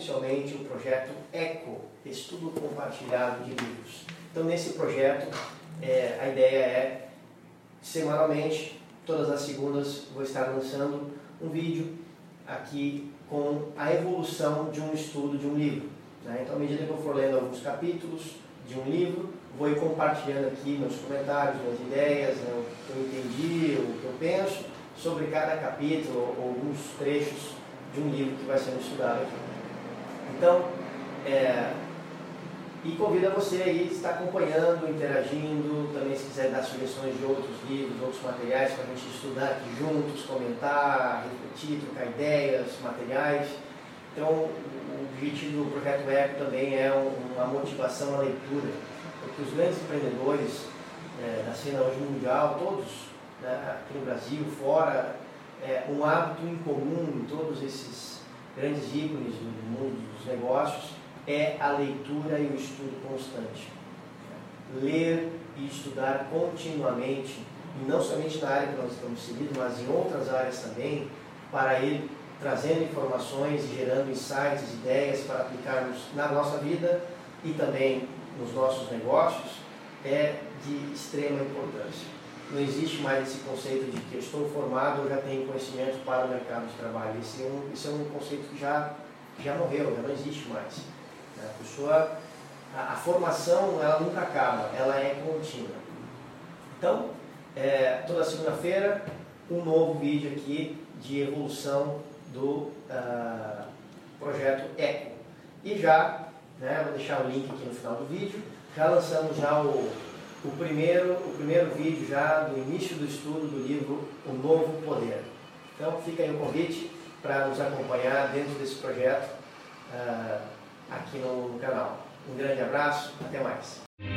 oficialmente o projeto ECO, Estudo Compartilhado de Livros. Então, nesse projeto, a ideia é, semanalmente, todas as segundas, vou estar lançando um vídeo aqui com a evolução de um estudo de um livro. Então, à medida que eu for lendo alguns capítulos de um livro, vou ir compartilhando aqui meus comentários, minhas ideias, o que eu entendi, o que eu penso sobre cada capítulo ou alguns trechos de um livro que vai sendo estudado aqui. Então, e convido a você aí a estar acompanhando, interagindo, também se quiser dar sugestões de outros livros, outros materiais para a gente estudar aqui juntos, comentar, refletir, trocar ideias, materiais. Então, o objetivo do Projeto ECO também é uma motivação à leitura, porque os grandes empreendedores da cena hoje mundial, todos, aqui no Brasil, fora, um hábito em comum em todos esses grandes ícones do mundo dos negócios é a leitura e o estudo constante. Ler e estudar continuamente, e não somente na área que nós estamos seguindo, mas em outras áreas também, para ir trazendo informações e gerando insights, ideias para aplicarmos na nossa vida e também nos nossos negócios, é de extrema importância. Não existe mais esse conceito de que eu estou formado ou já tenho conhecimento para o mercado de trabalho. Esse é um conceito que já morreu, já não existe mais. A formação, ela nunca acaba, ela é contínua. Então, toda segunda-feira, um novo vídeo aqui de evolução do projeto ECO. E já, vou deixar o link aqui no final do vídeo, já lançamos já o primeiro vídeo já do início do estudo do livro O Novo Poder. Então fica aí o convite para nos acompanhar dentro desse projeto aqui no canal. Um grande abraço, até mais.